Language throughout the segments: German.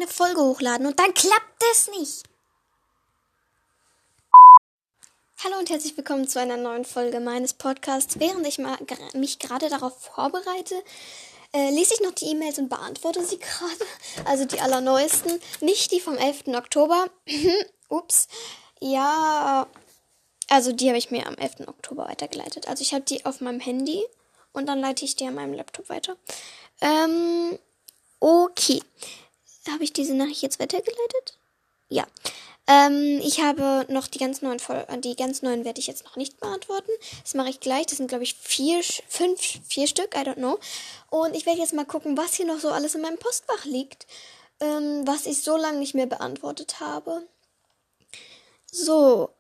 eine Folge hochladen und dann klappt es nicht. Hallo und herzlich willkommen zu einer neuen Folge meines Podcasts. Während ich mich gerade darauf vorbereite, lese ich noch die E-Mails und beantworte sie gerade. Also die allerneuesten, nicht die vom 11. Oktober. Ups. Ja, also die habe ich mir am 11. Oktober weitergeleitet. Also ich habe die auf meinem Handy und dann leite ich die an meinem Laptop weiter. Okay. Habe ich diese Nachricht jetzt weitergeleitet? Ja. Ich habe noch die ganz neuen werde ich jetzt noch nicht beantworten. Das mache ich gleich. Das sind, glaube ich, vier Stück, I don't know. Und ich werde jetzt mal gucken, was hier noch so alles in meinem Postfach liegt, was ich so lange nicht mehr beantwortet habe. So,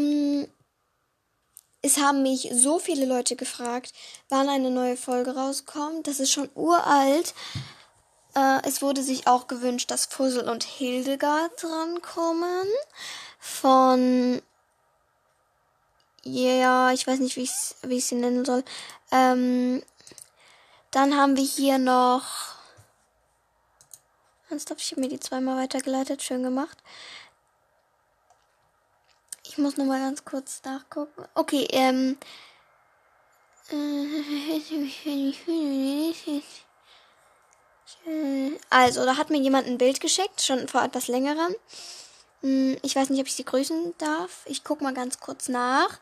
es haben mich so viele Leute gefragt, wann eine neue Folge rauskommt. Das ist schon uralt. Es wurde sich auch gewünscht, dass Fussel und Hildegard drankommen. Von, ja, ich weiß nicht, wie ich sie nennen soll. Dann haben wir hier noch, ich habe mir die zweimal weitergeleitet, schön gemacht. Ich muss noch mal ganz kurz nachgucken. Okay, also, da hat mir jemand ein Bild geschickt, schon vor etwas längerem. Ich weiß nicht, ob ich sie grüßen darf. Ich gucke mal ganz kurz nach.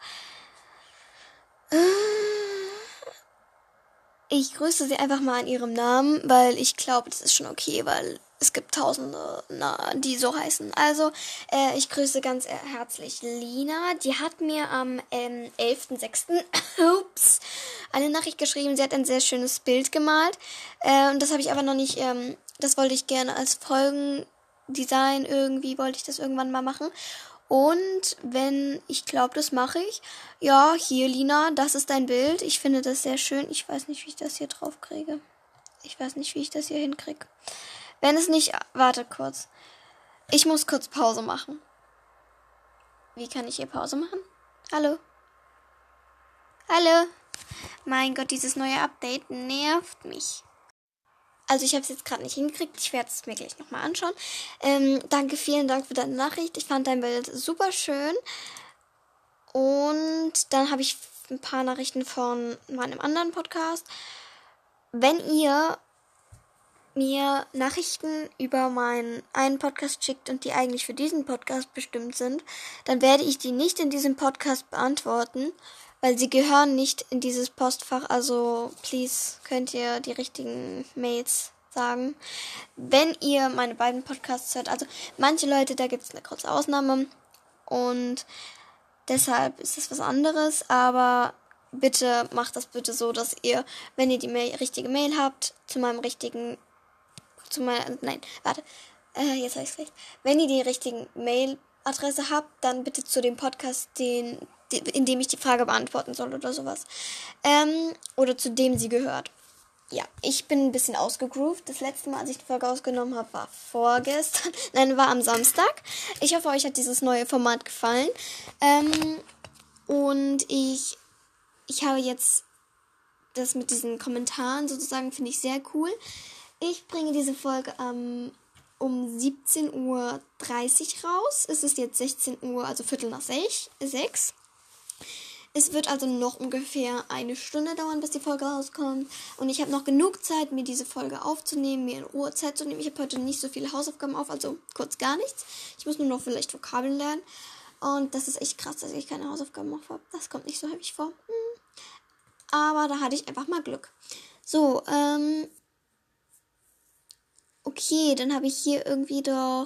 Ich grüße sie einfach mal in ihrem Namen, weil ich glaube, das ist schon okay, weil es gibt Tausende, die so heißen. Also, ich grüße ganz herzlich Lina. Die hat mir am 11.06. ups, eine Nachricht geschrieben. Sie hat ein sehr schönes Bild gemalt. Und das habe ich aber noch nicht, das wollte ich gerne als Folgendesign irgendwie, wollte ich das irgendwann mal machen. Und ich glaube, das mache ich. Ja, hier, Lina, das ist dein Bild. Ich finde das sehr schön. Ich weiß nicht, wie ich das hier drauf kriege. Ich weiß nicht, wie ich das hier hinkriege. Wenn es nicht... Warte kurz. Ich muss kurz Pause machen. Wie kann ich hier Pause machen? Hallo? Hallo? Mein Gott, dieses neue Update nervt mich. Also ich habe es jetzt gerade nicht hingekriegt. Ich werde es mir gleich nochmal anschauen. Danke, vielen Dank für deine Nachricht. Ich fand dein Bild super schön. Und dann habe ich ein paar Nachrichten von meinem anderen Podcast. Wenn ihr mir Nachrichten über meinen einen Podcast schickt und die eigentlich für diesen Podcast bestimmt sind, dann werde ich die nicht in diesem Podcast beantworten, weil sie gehören nicht in dieses Postfach. Also, please, könnt ihr die richtigen Mails sagen. Wenn ihr meine beiden Podcasts hört, also manche Leute, da gibt es eine kurze Ausnahme und deshalb ist das was anderes, aber bitte macht das bitte so, dass ihr, wenn ihr die richtige Mail habt, jetzt habe ich es recht. Wenn ihr die richtigen Mailadresse habt, dann bitte zu dem Podcast, in dem ich die Frage beantworten soll oder sowas. Oder zu dem sie gehört. Ja, ich bin ein bisschen ausgegroovt. Das letzte Mal, als ich die Folge ausgenommen habe, war vorgestern. Nein, war am Samstag. Ich hoffe, euch hat dieses neue Format gefallen. Und ich habe jetzt das mit diesen Kommentaren sozusagen, finde ich sehr cool. Ich bringe diese Folge um 17:30 Uhr raus. Es ist jetzt 16 Uhr, also 5:45. Es wird also noch ungefähr eine Stunde dauern, bis die Folge rauskommt. Und ich habe noch genug Zeit, mir diese Folge aufzunehmen, mir in Ruhe Zeit zu nehmen. Ich habe heute nicht so viele Hausaufgaben auf, also kurz gar nichts. Ich muss nur noch vielleicht Vokabeln lernen. Und das ist echt krass, dass ich keine Hausaufgaben auf habe. Das kommt nicht so häufig vor. Aber da hatte ich einfach mal Glück. So, okay, dann habe ich hier irgendwie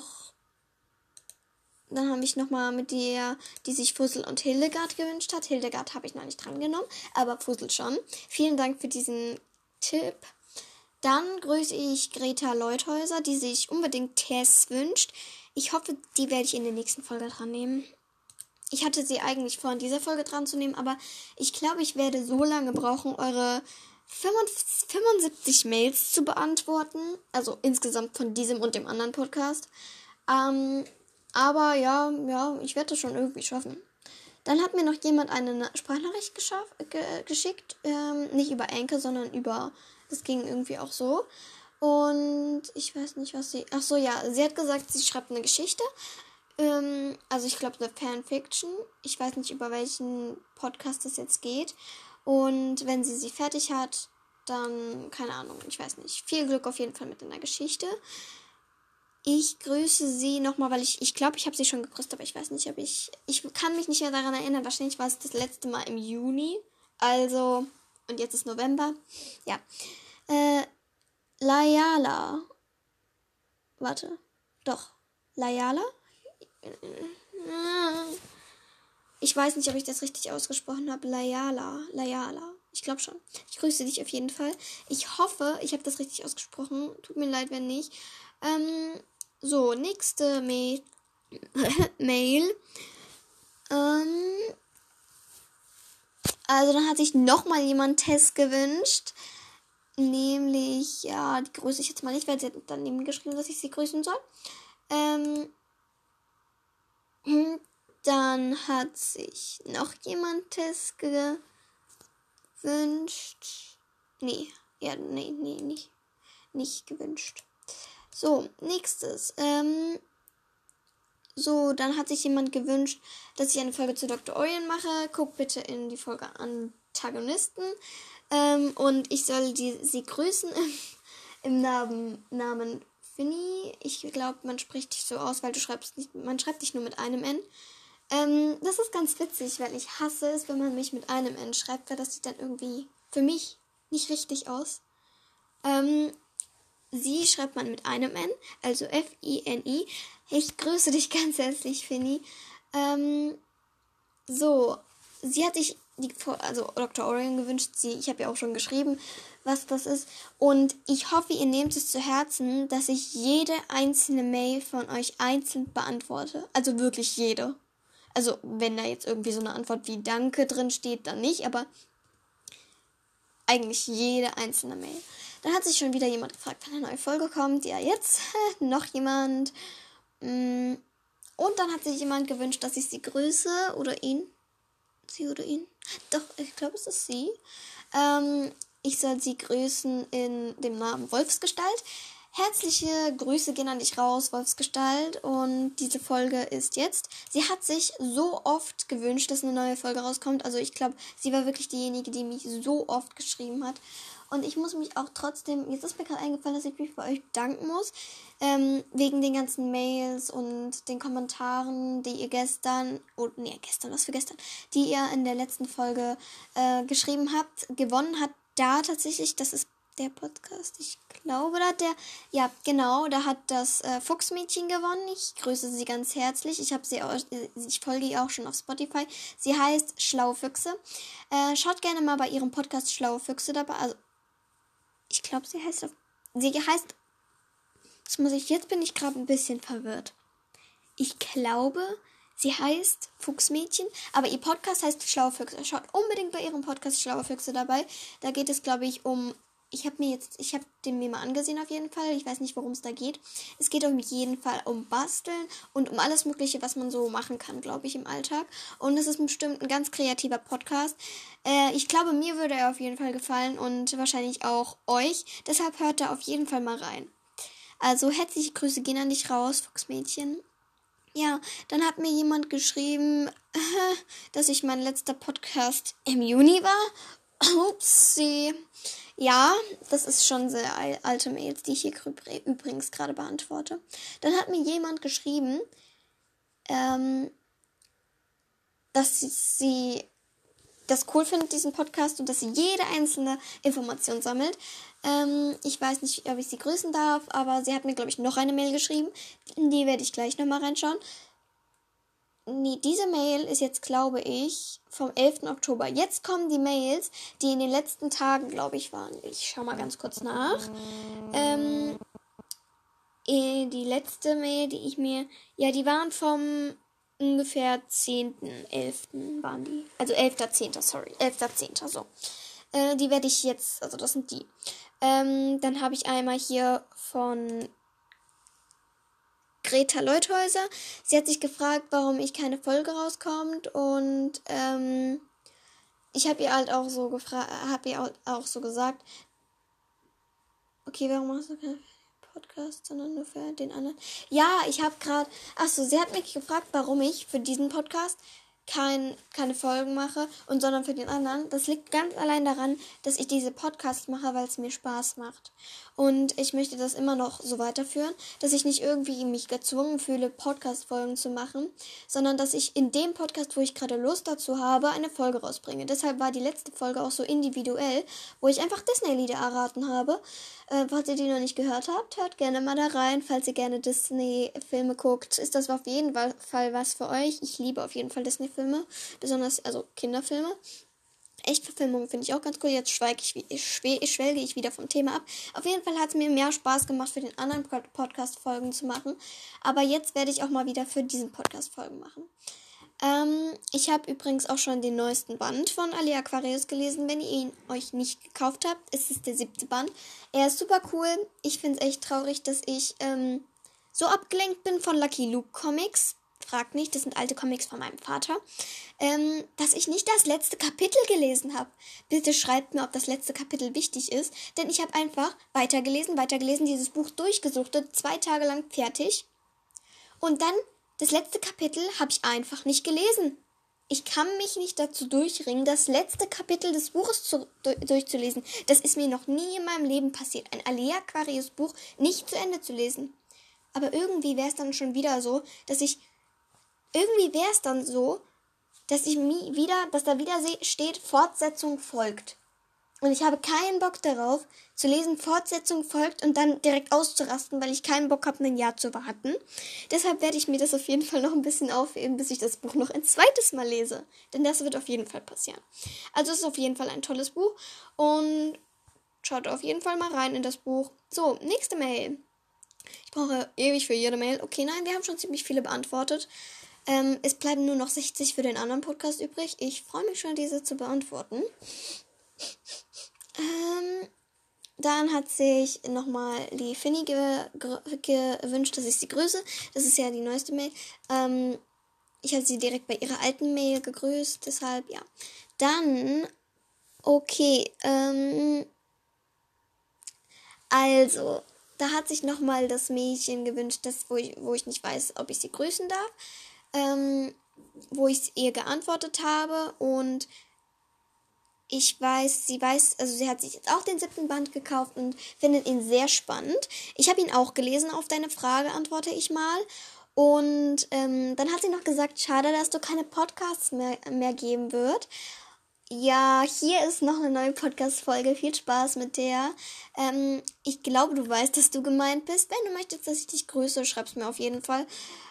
Dann habe ich nochmal mit der, die sich Fussel und Hildegard gewünscht hat. Hildegard habe ich noch nicht drangenommen, aber Fussel schon. Vielen Dank für diesen Tipp. Dann grüße ich Greta Leuthäuser, die sich unbedingt Tess wünscht. Ich hoffe, die werde ich in der nächsten Folge dran nehmen. Ich hatte sie eigentlich vor, in dieser Folge dran zu nehmen, aber ich glaube, ich werde so lange brauchen, eure 75 Mails zu beantworten. Also insgesamt von diesem und dem anderen Podcast. Aber ja, ich werde das schon irgendwie schaffen. Dann hat mir noch jemand eine Sprachnachricht geschickt. Nicht über Anchor, sondern das ging irgendwie auch so. Und ich weiß nicht, was sie... Ach so, ja, sie hat gesagt, sie schreibt eine Geschichte. Also ich glaube, eine Fanfiction. Ich weiß nicht, über welchen Podcast das jetzt geht. Und wenn sie fertig hat, dann, keine Ahnung, ich weiß nicht. Viel Glück auf jeden Fall mit in der Geschichte. Ich grüße sie nochmal, weil ich glaube, ich habe sie schon gegrüßt, aber ich weiß nicht, ob ich kann mich nicht mehr daran erinnern. Wahrscheinlich war es das letzte Mal im Juni. Also, und jetzt ist November. Ja. Layala. Warte. Doch. Layala? Ich weiß nicht, ob ich das richtig ausgesprochen habe. Layala. Ich glaube schon. Ich grüße dich auf jeden Fall. Ich hoffe, ich habe das richtig ausgesprochen. Tut mir leid, wenn nicht. So, nächste Mail. Also dann hat sich nochmal jemand Test gewünscht. Nämlich, ja, die grüße ich jetzt mal nicht, weil sie hat daneben geschrieben, dass ich sie grüßen soll. Dann hat sich noch jemand Test gewünscht. Nicht gewünscht. So, nächstes. So, dann hat sich jemand gewünscht, dass ich eine Folge zu Dr. Orion mache. Guck bitte in die Folge Antagonisten. Und ich soll sie grüßen im Namen Finny. Ich glaube, man spricht dich so aus, weil man schreibt dich nur mit einem N. Das ist ganz witzig, weil ich hasse es, wenn man mich mit einem N schreibt, weil das sieht dann irgendwie für mich nicht richtig aus. Sie schreibt man mit einem N, also F-I-N-I. Ich grüße dich ganz herzlich, Finny. So, sie hat sich Dr. Orion gewünscht. Ich habe ja auch schon geschrieben, was das ist. Und ich hoffe, ihr nehmt es zu Herzen, dass ich jede einzelne Mail von euch einzeln beantworte. Also wirklich jede. Also wenn da jetzt irgendwie so eine Antwort wie Danke drin steht, dann nicht, aber eigentlich jede einzelne Mail. Dann hat sich schon wieder jemand gefragt, wann eine neue Folge kommt. Ja, jetzt noch jemand. Und dann hat sich jemand gewünscht, dass ich sie grüße oder ihn. Sie oder ihn? Doch, ich glaube, es ist sie. Ich soll sie grüßen in dem Namen Wolfsgestalt. Herzliche Grüße gehen an dich raus, Wolfsgestalt. Und diese Folge ist jetzt. Sie hat sich so oft gewünscht, dass eine neue Folge rauskommt. Also ich glaube, sie war wirklich diejenige, die mich so oft geschrieben hat. Und ich muss mich auch trotzdem, jetzt ist mir gerade eingefallen, dass ich mich bei euch bedanken muss, wegen den ganzen Mails und den Kommentaren, die ihr die ihr in der letzten Folge geschrieben habt. Gewonnen hat da tatsächlich, das ist der Podcast, ich glaube, da hat das Fuchsmädchen gewonnen. Ich grüße sie ganz herzlich. Ich folge ihr auch schon auf Spotify. Sie heißt Schlaue Füchse. Schaut gerne mal bei ihrem Podcast Schlaue Füchse dabei. Also, ich glaube, jetzt bin ich gerade ein bisschen verwirrt. Ich glaube, sie heißt Fuchsmädchen, aber ihr Podcast heißt Schlaue Füchse. Schaut unbedingt bei ihrem Podcast Schlaue Füchse dabei. Da geht es, glaube ich, ich habe den mir mal angesehen auf jeden Fall. Ich weiß nicht, worum es da geht. Es geht auf jeden Fall um Basteln und um alles Mögliche, was man so machen kann, glaube ich, im Alltag. Und es ist bestimmt ein ganz kreativer Podcast. Ich glaube, mir würde er auf jeden Fall gefallen und wahrscheinlich auch euch. Deshalb hört da auf jeden Fall mal rein. Also herzliche Grüße gehen an dich raus, Fuchsmädchen. Ja, dann hat mir jemand geschrieben, dass mein letzter Podcast im Juni war. Upsi. Ja, das ist schon sehr alte Mails, die ich hier übrigens gerade beantworte. Dann hat mir jemand geschrieben, dass sie das cool findet, diesen Podcast, und dass sie jede einzelne Information sammelt. Ich weiß nicht, ob ich sie grüßen darf, aber sie hat mir, glaube ich, noch eine Mail geschrieben. Die werde ich gleich nochmal reinschauen. Nee, diese Mail ist jetzt, glaube ich, vom 11. Oktober. Jetzt kommen die Mails, die in den letzten Tagen, glaube ich, waren. Ich schau mal ganz kurz nach. Die letzte Mail, die waren vom ungefähr 10.11. waren die. Also 11.10., sorry. 11.10., so. Die werde ich jetzt, also das sind die. Dann habe ich einmal hier von Greta Leuthäuser. Sie hat sich gefragt, warum ich keine Folge rauskommt, und ich habe ihr halt auch so gesagt, Okay, warum machst du keinen Podcast, sondern nur für den anderen? Ja, ich habe gerade... Achso, sie hat mich gefragt, warum ich für diesen Podcast keine Folgen mache und sondern für den anderen. Das liegt ganz allein daran, dass ich diese Podcasts mache, weil es mir Spaß macht. Und ich möchte das immer noch so weiterführen, dass ich nicht irgendwie mich gezwungen fühle, Podcast-Folgen zu machen, sondern dass ich in dem Podcast, wo ich gerade Lust dazu habe, eine Folge rausbringe. Deshalb war die letzte Folge auch so individuell, wo ich einfach Disney-Lieder erraten habe. Falls ihr die noch nicht gehört habt, hört gerne mal da rein. Falls ihr gerne Disney-Filme guckt, ist das auf jeden Fall was für euch. Ich liebe auf jeden Fall Disney-Filme, besonders also Kinderfilme. Echtverfilmung finde ich auch ganz cool. Jetzt schwelge ich wieder vom Thema ab. Auf jeden Fall hat es mir mehr Spaß gemacht, für den anderen Podcast-Folgen zu machen. Aber jetzt werde ich auch mal wieder für diesen Podcast Folgen machen. Ich habe übrigens auch schon den neuesten Band von Ali Aquarius gelesen. Wenn ihr ihn euch nicht gekauft habt, ist es der 7. Band. Er ist super cool. Ich finde es echt traurig, dass ich so abgelenkt bin von Lucky Luke Comics. Fragt nicht, das sind alte Comics von meinem Vater. Dass ich nicht das letzte Kapitel gelesen habe. Bitte schreibt mir, ob das letzte Kapitel wichtig ist. Denn ich habe einfach weitergelesen, dieses Buch durchgesuchtet, 2 Tage lang fertig. Und dann das letzte Kapitel habe ich einfach nicht gelesen. Ich kann mich nicht dazu durchringen, das letzte Kapitel des Buches durchzulesen. Das ist mir noch nie in meinem Leben passiert, ein Ali Aquarius Buch nicht zu Ende zu lesen. Aber irgendwie wäre es dann schon wieder so, dass da wieder steht, Fortsetzung folgt. Und ich habe keinen Bock darauf, zu lesen, Fortsetzung folgt und dann direkt auszurasten, weil ich keinen Bock habe, ein Jahr zu warten. Deshalb werde ich mir das auf jeden Fall noch ein bisschen aufheben, bis ich das Buch noch ein zweites Mal lese. Denn das wird auf jeden Fall passieren. Also es ist auf jeden Fall ein tolles Buch. Und schaut auf jeden Fall mal rein in das Buch. So, nächste Mail. Ich brauche ewig für jede Mail. Okay, nein, wir haben schon ziemlich viele beantwortet. Es bleiben nur noch 60 für den anderen Podcast übrig. Ich freue mich schon, diese zu beantworten. Dann hat sich nochmal die Finny gewünscht, dass ich sie grüße. Das ist ja die neueste Mail. Ich habe sie direkt bei ihrer alten Mail gegrüßt, deshalb ja. Dann, okay, also, da hat sich nochmal das Mädchen gewünscht, wo ich nicht weiß, ob ich sie grüßen darf. Wo ich ihr geantwortet habe und sie hat sich jetzt auch den 7. Band gekauft und findet ihn sehr spannend. Ich habe ihn auch gelesen, auf deine Frage antworte ich mal. Und dann hat sie noch gesagt, schade, dass du keine Podcasts mehr geben wird. Ja, hier ist noch eine neue Podcast-Folge. Viel Spaß mit der. Ich glaube, du weißt, dass du gemeint bist. Wenn du möchtest, dass ich dich grüße, schreib's mir auf jeden Fall.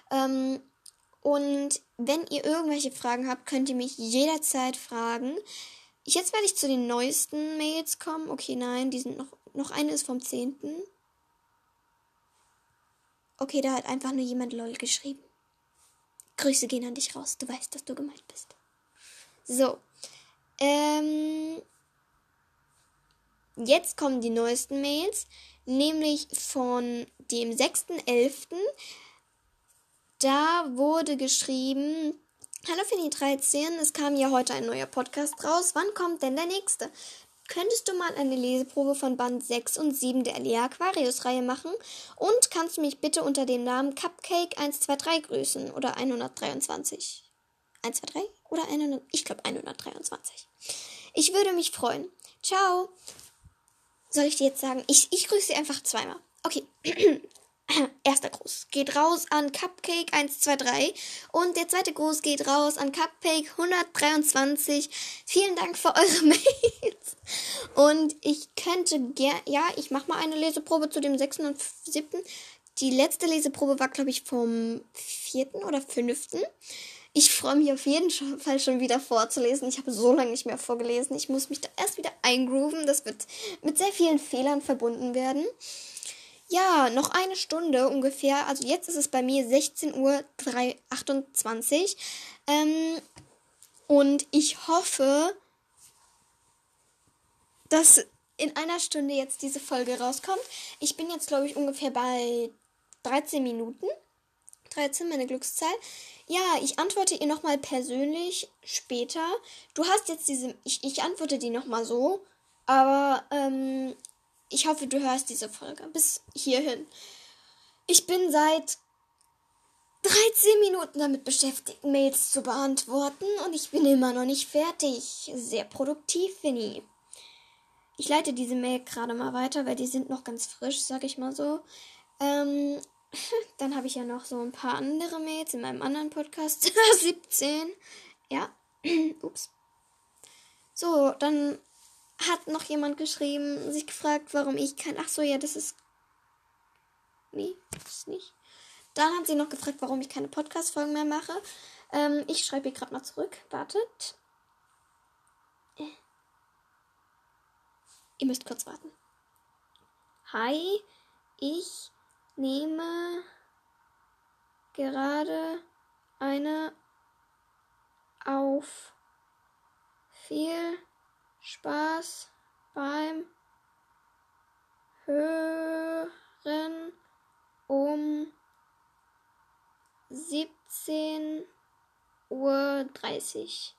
Und wenn ihr irgendwelche Fragen habt, könnt ihr mich jederzeit fragen. Jetzt werde ich zu den neuesten Mails kommen. Okay, nein, die sind noch eine ist vom 10. Okay, da hat einfach nur jemand LOL geschrieben. Grüße gehen an dich raus. Du weißt, dass du gemeint bist. So. Jetzt kommen die neuesten Mails. Nämlich von dem 6.11. Da wurde geschrieben... Hallo Finny 13, es kam ja heute ein neuer Podcast raus. Wann kommt denn der nächste? Könntest du mal eine Leseprobe von Band 6 und 7 der Ali Aquarius Reihe machen? Und kannst du mich bitte unter dem Namen Cupcake 123 grüßen? Oder 123? 123? Oder 100? Ich glaube 123. Ich würde mich freuen. Ciao. Soll ich dir jetzt sagen? Ich grüße sie einfach zweimal. Okay. Erster Gruß geht raus an Cupcake 123 und der zweite Gruß geht raus an Cupcake 123. Vielen Dank für eure Mails. Und ich könnte ich mache mal eine Leseprobe zu dem 6. und 7. Die letzte Leseprobe war, glaube ich, vom 4. oder 5. Ich freue mich auf jeden Fall schon wieder vorzulesen. Ich habe so lange nicht mehr vorgelesen. Ich muss mich da erst wieder eingrooven. Das wird mit sehr vielen Fehlern verbunden werden. Ja, noch eine Stunde ungefähr. Also jetzt ist es bei mir 16:28 Uhr. Und ich hoffe, dass in einer Stunde jetzt diese Folge rauskommt. Ich bin jetzt, glaube ich, ungefähr bei 13 Minuten. 13, meine Glückszahl. Ja, ich antworte ihr nochmal persönlich später. Du hast jetzt ich antworte die nochmal so. Aber, ich hoffe, du hörst diese Folge bis hierhin. Ich bin seit 13 Minuten damit beschäftigt, Mails zu beantworten und ich bin immer noch nicht fertig. Sehr produktiv, Finny. Ich leite diese Mail gerade mal weiter, weil die sind noch ganz frisch, sag ich mal so. Dann habe ich ja noch so ein paar andere Mails in meinem anderen Podcast. 17. Ja. Ups. So, dann hat noch jemand geschrieben, sich gefragt, warum ich kein... Ach so, ja, das ist... Nee, das ist nicht. Dann hat sie noch gefragt, warum ich keine Podcast-Folgen mehr mache. Ich schreibe ihr gerade mal zurück. Wartet. Ihr müsst kurz warten. Hi, ich nehme gerade eine auf. Viel Spaß beim Hören um 17:30 Uhr.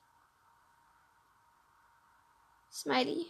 Smiley.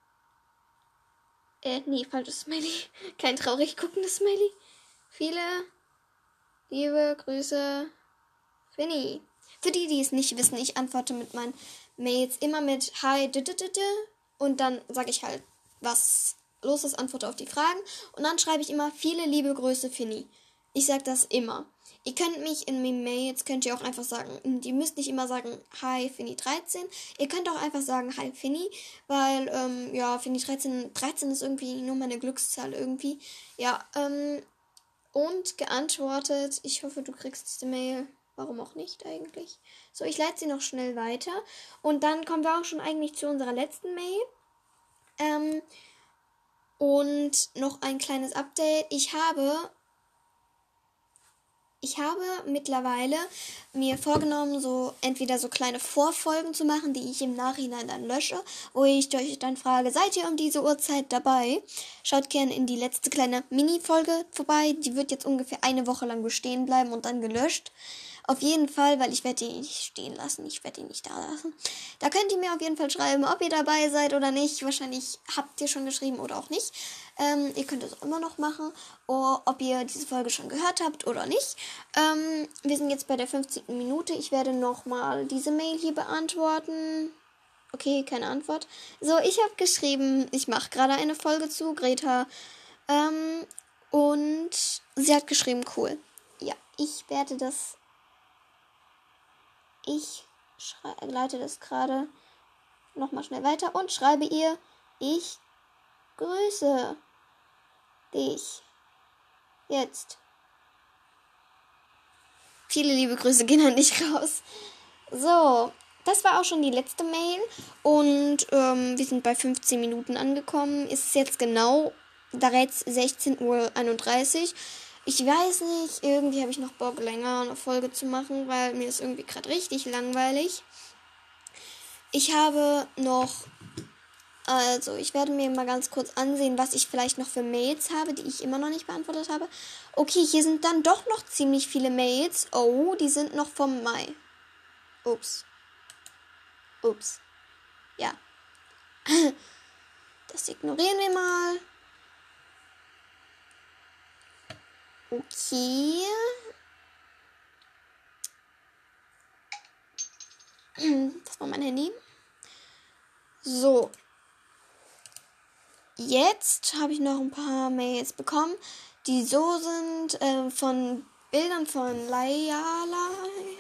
Nee, falsches Smiley. Kein traurig guckendes Smiley. Viele liebe Grüße, Finny. Für die, die es nicht wissen, ich antworte mit meinen Mails immer mit Hi, und dann sage ich halt, was los ist, antworte auf die Fragen. Und dann schreibe ich immer viele liebe Grüße, Finny. Ich sage das immer. Ihr könnt mich in meinen Mails, könnt ihr auch einfach sagen, ihr müsst nicht immer sagen, Hi, Finny 13. Ihr könnt auch einfach sagen, Hi, Finny, weil, Finny 13 ist irgendwie nur meine Glückszahl irgendwie. Ja, und geantwortet, ich hoffe, du kriegst diese Mail. Warum auch nicht eigentlich? So, ich leite sie noch schnell weiter. Und dann kommen wir auch schon eigentlich zu unserer letzten Mail. Und noch ein kleines Update. Ich habe mittlerweile mir vorgenommen, so entweder so kleine Vorfolgen zu machen, die ich im Nachhinein dann lösche, wo ich euch dann frage, seid ihr um diese Uhrzeit dabei? Schaut gerne in die letzte kleine Mini-Folge vorbei. Die wird jetzt ungefähr eine Woche lang bestehen bleiben und dann gelöscht. Auf jeden Fall, weil ich werde die nicht stehen lassen. Ich werde die nicht da lassen. Da könnt ihr mir auf jeden Fall schreiben, ob ihr dabei seid oder nicht. Wahrscheinlich habt ihr schon geschrieben oder auch nicht. Ihr könnt es auch immer noch machen. Oder ob ihr diese Folge schon gehört habt oder nicht. Wir sind jetzt bei der 15. Minute. Ich werde nochmal diese Mail hier beantworten. Okay, keine Antwort. So, ich habe geschrieben, ich mache gerade eine Folge zu Greta. Und sie hat geschrieben, cool. Ja, ich leite das gerade nochmal schnell weiter und schreibe ihr, ich grüße dich jetzt. Viele liebe Grüße gehen an dich raus. So, das war auch schon die letzte Mail und wir sind bei 15 Minuten angekommen. Ist jetzt genau, da jetzt 16:31 Uhr. Ich weiß nicht, irgendwie habe ich noch Bock, länger eine Folge zu machen, weil mir ist irgendwie gerade richtig langweilig. Ich habe noch, ich werde mir mal ganz kurz ansehen, was ich vielleicht noch für Mails habe, die ich immer noch nicht beantwortet habe. Okay, hier sind dann doch noch ziemlich viele Mails. Oh, die sind noch vom Mai. Ups. Ja. Das ignorieren wir mal. Okay. Das war mein Handy. So. Jetzt habe ich noch ein paar Mails bekommen, die so sind von Bildern von Layala.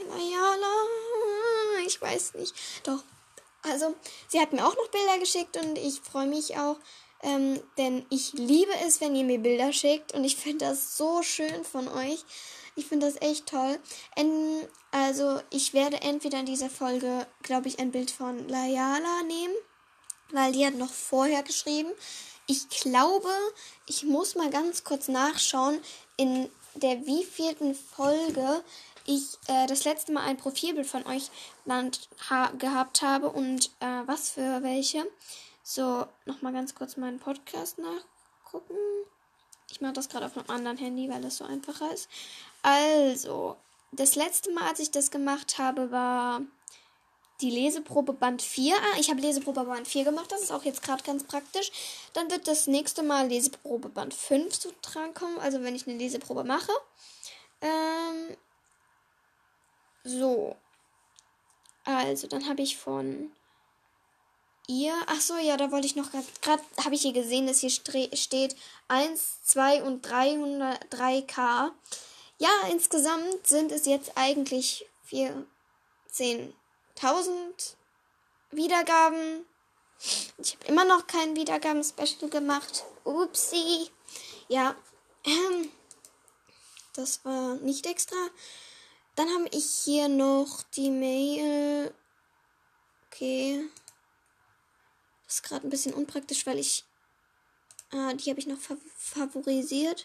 Ich weiß nicht. Doch. Also, sie hat mir auch noch Bilder geschickt und ich freue mich auch, denn ich liebe es, wenn ihr mir Bilder schickt und ich finde das so schön von euch. Ich finde das echt toll. Also, ich werde entweder in dieser Folge, glaube ich, ein Bild von Layala nehmen, weil die hat noch vorher geschrieben. Ich glaube, ich muss mal ganz kurz nachschauen, in der wievielten Folge ich das letzte Mal ein Profilbild von euch gehabt habe und was für welche. So, nochmal ganz kurz meinen Podcast nachgucken. Ich mache das gerade auf einem anderen Handy, weil das so einfacher ist. Also, das letzte Mal, als ich das gemacht habe, war die Leseprobe Band 4. Ich habe Leseprobe Band 4 gemacht, das ist auch jetzt gerade ganz praktisch. Dann wird das nächste Mal Leseprobe Band 5 zu tragen kommen, also wenn ich eine Leseprobe mache. So. Also, dann habe ich von ihr, ach so, ja, da wollte ich noch gerade habe ich hier gesehen, dass hier steht 1, 2 und 303k. Ja, insgesamt sind es jetzt eigentlich 14.000 Wiedergaben. Ich habe immer noch kein Wiedergaben-Special gemacht. Upsi. Ja, das war nicht extra. Dann habe ich hier noch die Mail. Okay. Das ist gerade ein bisschen unpraktisch, weil die habe ich noch favorisiert.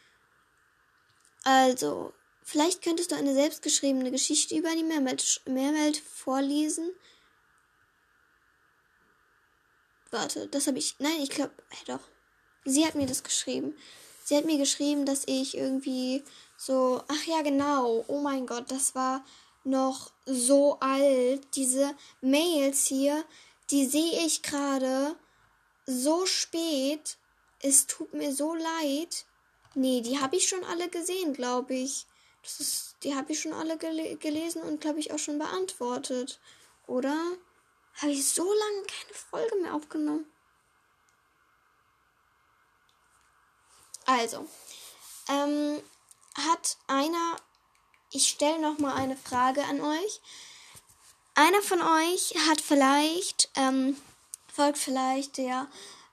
Also, vielleicht könntest du eine selbstgeschriebene Geschichte über die Meerwelt vorlesen. Warte, das habe ich... Nein, ich glaube... doch. Sie hat mir das geschrieben. Sie hat mir geschrieben, dass ich irgendwie so... Ach ja, genau. Oh mein Gott, das war noch so alt. Diese Mails hier, die sehe ich gerade so spät. Es tut mir so leid. Nee, die habe ich schon alle gesehen, glaube ich. Die habe ich schon alle gelesen und, glaube ich, auch schon beantwortet. Oder? Habe ich so lange keine Folge mehr aufgenommen? Also, hat einer... Ich stelle nochmal eine Frage an euch. Einer von euch hat vielleicht... folgt vielleicht der...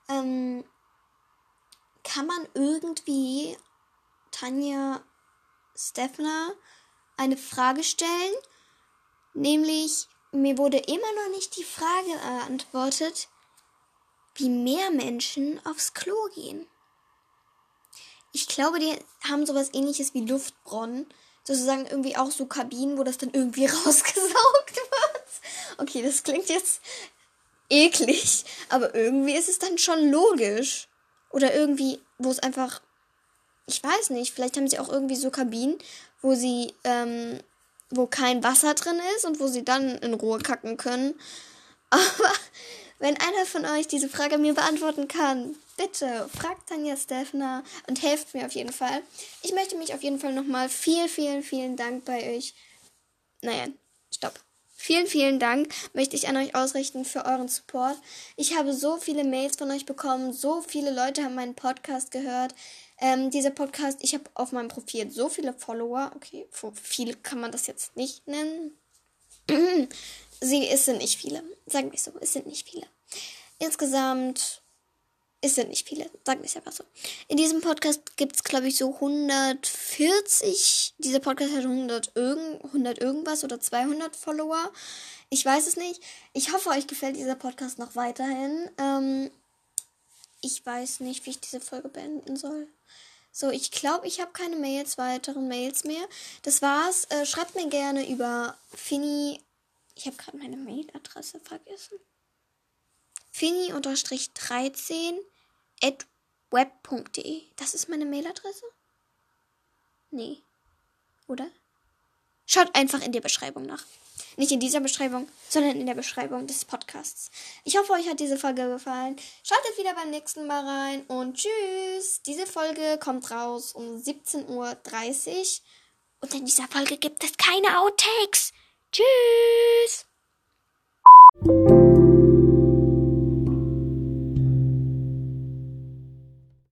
kann man irgendwie Tanja Steffner eine Frage stellen? Nämlich, mir wurde immer noch nicht die Frage beantwortet, wie Meermenschen aufs Klo gehen. Ich glaube, die haben sowas Ähnliches wie Luftbrunnen. Sozusagen irgendwie auch so Kabinen, wo das dann irgendwie rausgesaugt wird. Okay, das klingt jetzt eklig, aber irgendwie ist es dann schon logisch. Oder irgendwie, wo es einfach, ich weiß nicht, vielleicht haben sie auch irgendwie so Kabinen, wo sie, wo kein Wasser drin ist und wo sie dann in Ruhe kacken können. Aber wenn einer von euch diese Frage mir beantworten kann, bitte fragt Tanja Steffner und helft mir auf jeden Fall. Ich möchte mich auf jeden Fall nochmal vielen Dank bei euch. Stopp. Vielen Dank möchte ich an euch ausrichten für euren Support. Ich habe so viele Mails von euch bekommen, so viele Leute haben meinen Podcast gehört. Dieser Podcast, ich habe auf meinem Profil so viele Follower. Okay, viele kann man das jetzt nicht nennen. Es sind nicht viele. Sagen wir es so, es sind nicht viele. Insgesamt, es sind nicht viele. Sagen wir es einfach so. In diesem Podcast gibt es, glaube ich, so 140. Dieser Podcast hat 100 irgendwas oder 200 Follower. Ich weiß es nicht. Ich hoffe, euch gefällt dieser Podcast noch weiterhin. Ich weiß nicht, wie ich diese Folge beenden soll. So, ich glaube, ich habe keine weiteren Mails mehr. Das war's. Schreibt mir gerne über Finny. Ich habe gerade meine Mailadresse vergessen. Finny-13@web.de. Das ist meine Mailadresse? Nee. Oder? Schaut einfach in der Beschreibung nach. Nicht in dieser Beschreibung, sondern in der Beschreibung des Podcasts. Ich hoffe, euch hat diese Folge gefallen. Schaltet wieder beim nächsten Mal rein und tschüss. Diese Folge kommt raus um 17:30 Uhr. Und in dieser Folge gibt es keine Outtakes. Tschüss.